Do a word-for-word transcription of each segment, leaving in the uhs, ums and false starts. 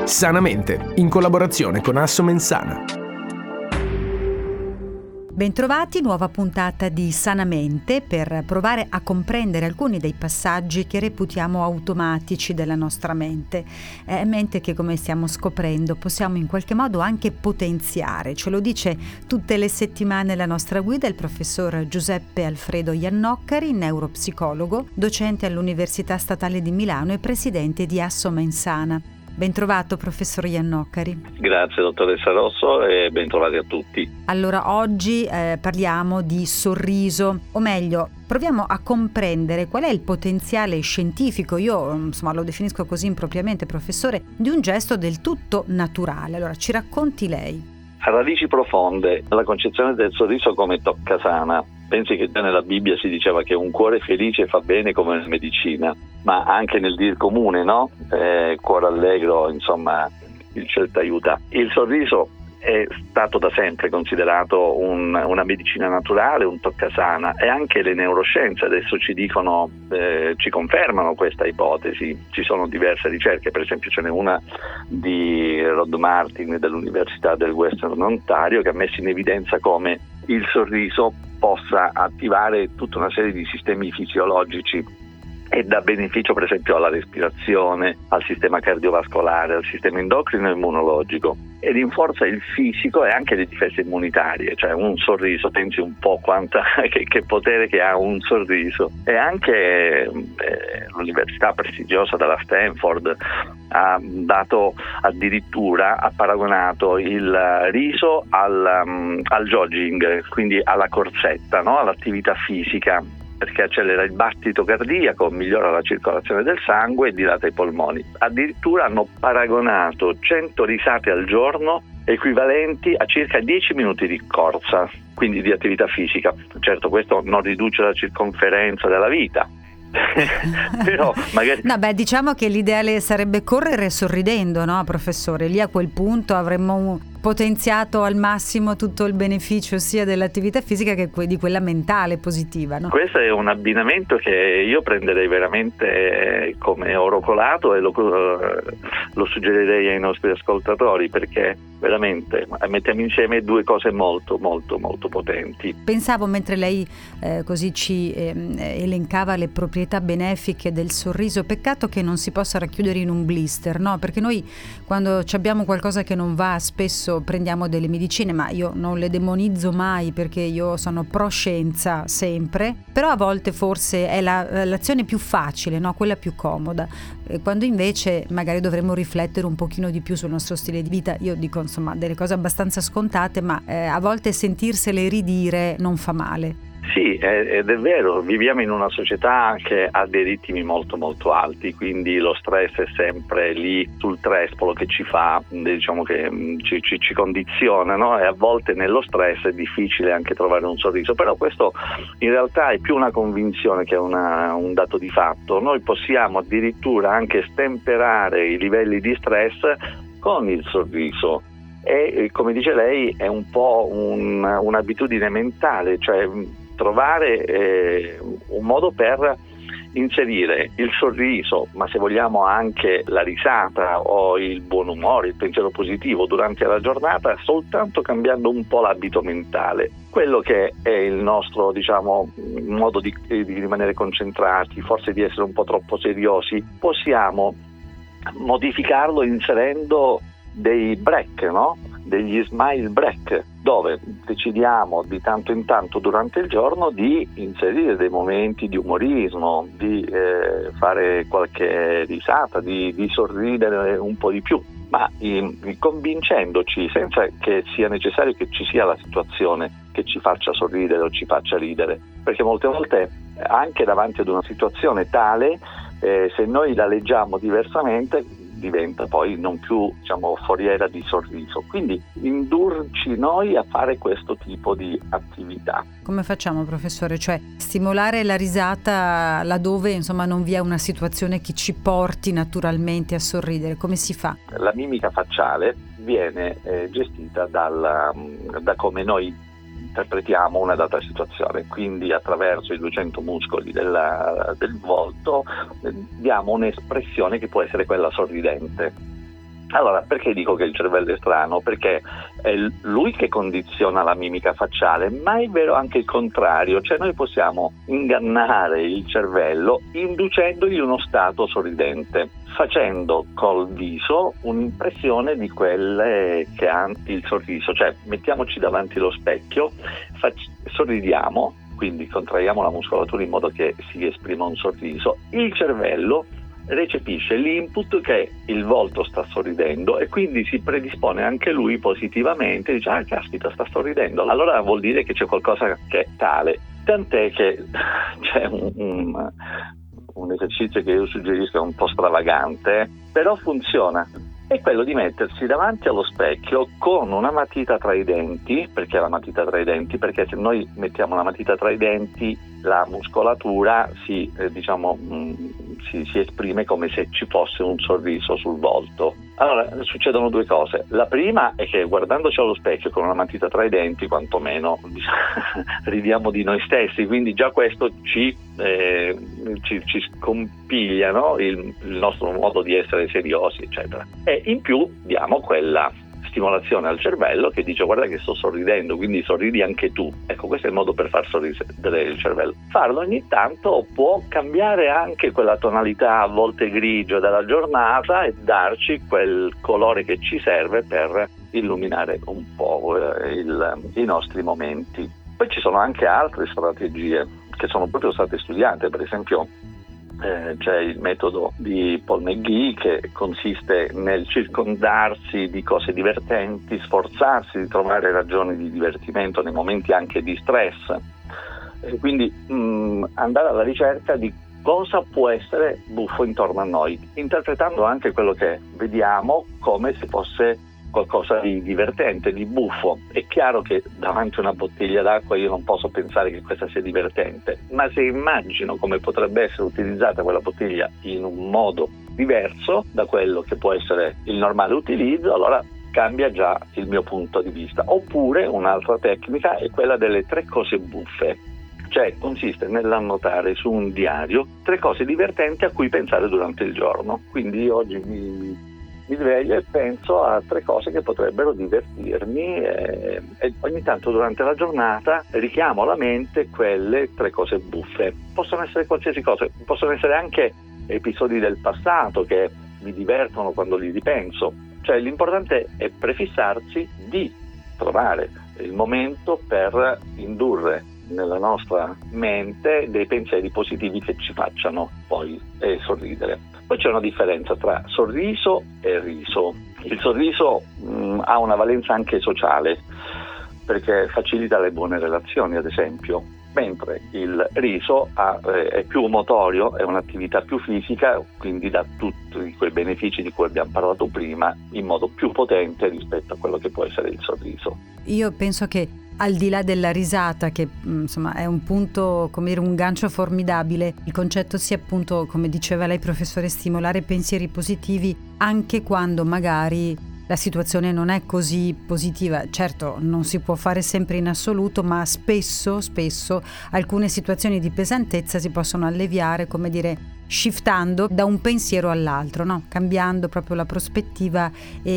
Sanamente, in collaborazione con Assomensana. Bentrovati, nuova puntata di Sanamente per provare a comprendere alcuni dei passaggi che reputiamo automatici della nostra mente. È mente che, come stiamo scoprendo, possiamo in qualche modo anche potenziare. Ce lo dice tutte le settimane la nostra guida, il professor Giuseppe Alfredo Iannoccari, neuropsicologo, docente all'Università Statale di Milano e presidente di Assomensana. Bentrovato professor Iannoccari. Grazie dottoressa Rosso e bentrovati a tutti. Allora oggi eh, parliamo di sorriso, o meglio proviamo a comprendere qual è il potenziale scientifico, io insomma lo definisco così impropriamente professore, di un gesto del tutto naturale. Allora ci racconti lei. A radici profonde, la concezione del sorriso come toccasana. Pensi che già nella Bibbia si diceva che un cuore felice fa bene come una medicina, ma anche nel dir comune, no? Eh, cuore allegro, insomma, il ciel t'aiuta. Il sorriso è stato da sempre considerato un, una medicina naturale, un toccasana, e anche le neuroscienze adesso ci dicono, eh, ci confermano questa ipotesi. Ci sono diverse ricerche, per esempio ce n'è una di Rod Martin dell'Università del Western Ontario che ha messo in evidenza come il sorriso possa attivare tutta una serie di sistemi fisiologici e dà beneficio per esempio alla respirazione, al sistema cardiovascolare, al sistema endocrino e immunologico, e rinforza il fisico e anche le difese immunitarie. Cioè un sorriso, pensi un po' quanta che, che potere che ha un sorriso. E anche eh, l'università prestigiosa della Stanford ha dato addirittura, ha paragonato il riso al, um, al jogging, quindi alla corsetta, no? All'attività fisica, perché accelera il battito cardiaco, migliora la circolazione del sangue e dilata i polmoni. Addirittura hanno paragonato cento risate al giorno equivalenti a circa dieci minuti di corsa, quindi di attività fisica. Certo, questo non riduce la circonferenza della vita, però magari no, beh, diciamo che l'ideale sarebbe correre sorridendo, no professore? Lì a quel punto avremmo potenziato al massimo tutto il beneficio sia dell'attività fisica che di quella mentale positiva, no? Questo è un abbinamento che io prenderei veramente come oro colato e lo, lo suggerirei ai nostri ascoltatori, perché veramente mettiamo insieme due cose molto molto molto potenti. Pensavo, mentre lei eh, così ci eh, elencava le proprietà benefiche del sorriso, peccato che non si possa racchiudere in un blister, no? Perché noi quando abbiamo qualcosa che non va spesso prendiamo delle medicine, ma io non le demonizzo mai perché io sono pro scienza sempre, però a volte forse è la, l'azione più facile, no? Quella più comoda, quando invece magari dovremmo riflettere un pochino di più sul nostro stile di vita. Io dico insomma delle cose abbastanza scontate, ma eh, a volte sentirsele ridire non fa male. Sì, ed è vero, viviamo in una società che ha dei ritmi molto molto alti, quindi lo stress è sempre lì sul trespolo che ci fa, diciamo che ci, ci, ci condiziona, no? E a volte nello stress è difficile anche trovare un sorriso, però questo in realtà è più una convinzione che una, un dato di fatto. Noi possiamo addirittura anche stemperare i livelli di stress con il sorriso. E come dice lei è un po' un, un'abitudine mentale, cioè trovare eh, un modo per inserire il sorriso, ma se vogliamo anche la risata o il buon umore, il pensiero positivo durante la giornata, soltanto cambiando un po' l'abito mentale. Quello che è il nostro, diciamo, modo di, di rimanere concentrati, forse di essere un po' troppo seriosi, possiamo modificarlo inserendo dei break, no? Degli smile break, dove decidiamo di tanto in tanto durante il giorno di inserire dei momenti di umorismo, di eh, fare qualche risata, di, di sorridere un po' di più, ma in, convincendoci senza che sia necessario che ci sia la situazione che ci faccia sorridere o ci faccia ridere, perché molte volte anche davanti ad una situazione tale, eh, se noi la leggiamo diversamente, diventa poi non più, diciamo, foriera di sorriso. Quindi indurci noi a fare questo tipo di attività. Come facciamo, professore? Cioè stimolare la risata laddove insomma non vi è una situazione che ci porti naturalmente a sorridere, come si fa? La mimica facciale viene eh, gestita dal, da come noi interpretiamo una data situazione, quindi attraverso i duecento muscoli del, del volto eh, diamo un'espressione che può essere quella sorridente. Allora, perché dico che il cervello è strano? Perché è lui che condiziona la mimica facciale, ma è vero anche il contrario, cioè noi possiamo ingannare il cervello inducendogli uno stato sorridente, facendo col viso un'impressione di quelle che ha il sorriso, cioè mettiamoci davanti allo specchio, fac- sorridiamo, quindi contraiamo la muscolatura in modo che si esprima un sorriso, il cervello recepisce l'input che il volto sta sorridendo e quindi si predispone anche lui positivamente, dice ah caspita sta sorridendo, allora vuol dire che c'è qualcosa che è tale, tant'è che c'è un, un, un esercizio che io suggerisco, è un po' stravagante, però funziona. È quello di mettersi davanti allo specchio con una matita tra i denti. Perché la matita tra i denti? Perché se noi mettiamo la matita tra i denti la muscolatura si, eh, diciamo, mh, si, si esprime come se ci fosse un sorriso sul volto. Allora succedono due cose. La prima è che guardandoci allo specchio con una matita tra i denti quantomeno ridiamo di noi stessi, quindi già questo ci, eh, ci, ci scompiglia, no? il, il nostro modo di essere seriosi eccetera, e in più diamo quella stimolazione al cervello che dice guarda che sto sorridendo, quindi sorridi anche tu. Ecco, questo è il modo per far sorridere il cervello. Farlo ogni tanto può cambiare anche quella tonalità a volte grigio della giornata e darci quel colore che ci serve per illuminare un po' il, i nostri momenti. Poi ci sono anche altre strategie che sono proprio state studiate, per esempio Eh, c'è il metodo di Paul McGee che consiste nel circondarsi di cose divertenti, sforzarsi di trovare ragioni di divertimento nei momenti anche di stress, e quindi mh, andare alla ricerca di cosa può essere buffo intorno a noi, interpretando anche quello che vediamo come se fosse qualcosa di divertente, di buffo. È chiaro che davanti a una bottiglia d'acqua io non posso pensare che questa sia divertente, ma se immagino come potrebbe essere utilizzata quella bottiglia in un modo diverso da quello che può essere il normale utilizzo, allora cambia già il mio punto di vista. Oppure un'altra tecnica è quella delle tre cose buffe, cioè consiste nell'annotare su un diario tre cose divertenti a cui pensare durante il giorno. Quindi oggi mi mi sveglio e penso a tre cose che potrebbero divertirmi e, e ogni tanto durante la giornata richiamo alla mente quelle tre cose buffe. Possono essere qualsiasi cosa, possono essere anche episodi del passato che mi divertono quando li ripenso. Cioè l'importante è prefissarsi di trovare il momento per indurre nella nostra mente dei pensieri positivi che ci facciano poi eh, sorridere. Poi c'è una differenza tra sorriso e riso. Il sorriso mh, ha una valenza anche sociale, perché facilita le buone relazioni, ad esempio, mentre il riso ha, eh, è più motorio, è un'attività più fisica, quindi dà tutti quei benefici di cui abbiamo parlato prima in modo più potente rispetto a quello che può essere il sorriso. Io penso che al di là della risata, che insomma è un punto, come dire, un gancio formidabile, il concetto sia appunto, come diceva lei professore, stimolare pensieri positivi anche quando magari la situazione non è così positiva. Certo, non si può fare sempre in assoluto, ma spesso, spesso alcune situazioni di pesantezza si possono alleviare, come dire, shiftando da un pensiero all'altro, no? Cambiando proprio la prospettiva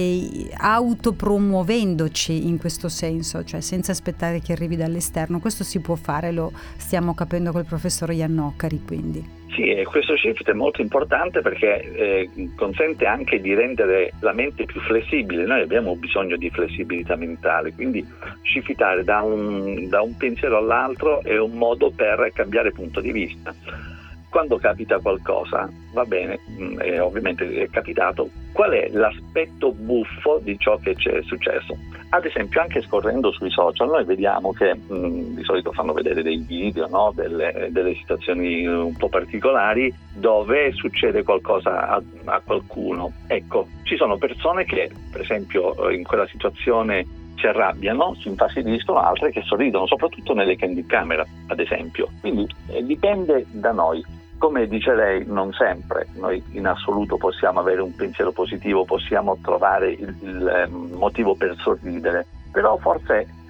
e autopromuovendoci in questo senso, cioè senza aspettare che arrivi dall'esterno. Questo si può fare, lo stiamo capendo col professor Iannoccari, quindi. Sì, e questo shift è molto importante perché eh, consente anche di rendere la mente più flessibile. Noi abbiamo bisogno di flessibilità mentale, quindi shiftare da un, da un pensiero all'altro è un modo per cambiare punto di vista. Quando capita qualcosa, va bene, eh, ovviamente è capitato, qual è l'aspetto buffo di ciò che ci è successo? Ad esempio, anche scorrendo sui social noi vediamo che mh, di solito fanno vedere dei video, no? delle, delle situazioni un po' particolari dove succede qualcosa a, a qualcuno. Ecco, ci sono persone che per esempio in quella situazione si arrabbiano, si infastidiscono, altre che sorridono, soprattutto nelle candid camera, ad esempio. Quindi eh, dipende da noi. Come dice lei, non sempre noi in assoluto possiamo avere un pensiero positivo, possiamo trovare il, il eh, motivo per sorridere, però forse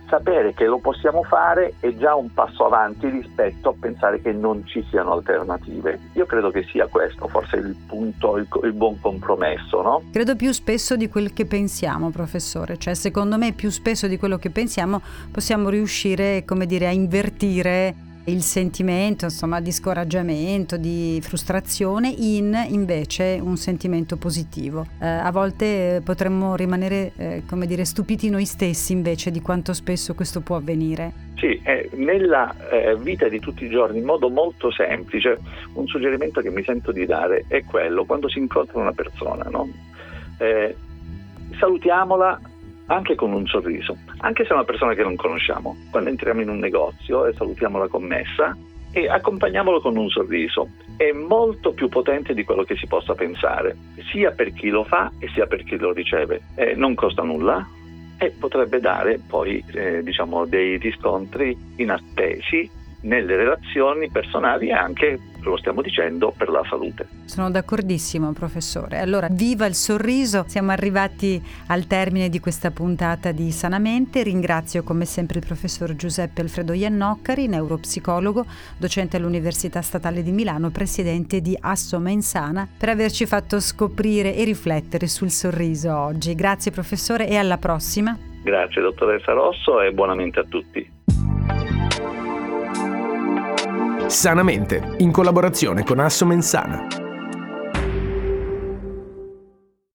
sapere che lo possiamo fare è già un passo avanti rispetto a pensare che non ci siano alternative. Io credo che sia questo forse il punto, il, il buon compromesso, no? Credo più spesso di quel che pensiamo, professore, cioè secondo me più spesso di quello che pensiamo possiamo riuscire, come dire, a invertire il sentimento, insomma, di scoraggiamento, di frustrazione in invece un sentimento positivo. Eh, a volte potremmo rimanere, eh, come dire, stupiti noi stessi invece di quanto spesso questo può avvenire. Sì, eh, nella eh, vita di tutti i giorni, in modo molto semplice, un suggerimento che mi sento di dare è quello: quando si incontra una persona, no? Eh, salutiamola anche con un sorriso, anche se è una persona che non conosciamo. Quando entriamo in un negozio e salutiamo la commessa e accompagniamolo con un sorriso, è molto più potente di quello che si possa pensare, sia per chi lo fa e sia per chi lo riceve. Eh, non costa nulla e potrebbe dare poi eh, diciamo dei riscontri inattesi nelle relazioni personali e anche, lo stiamo dicendo, per la salute. Sono d'accordissimo, professore. Allora, viva il sorriso! Siamo arrivati al termine di questa puntata di Sanamente. Ringrazio come sempre il professor Giuseppe Alfredo Iannoccari, neuropsicologo, docente all'Università Statale di Milano, presidente di Assomensana, per averci fatto scoprire e riflettere sul sorriso oggi. Grazie professore e alla prossima. Grazie dottoressa Rosso e buonamente a tutti. Sanamente, in collaborazione con Assomensana.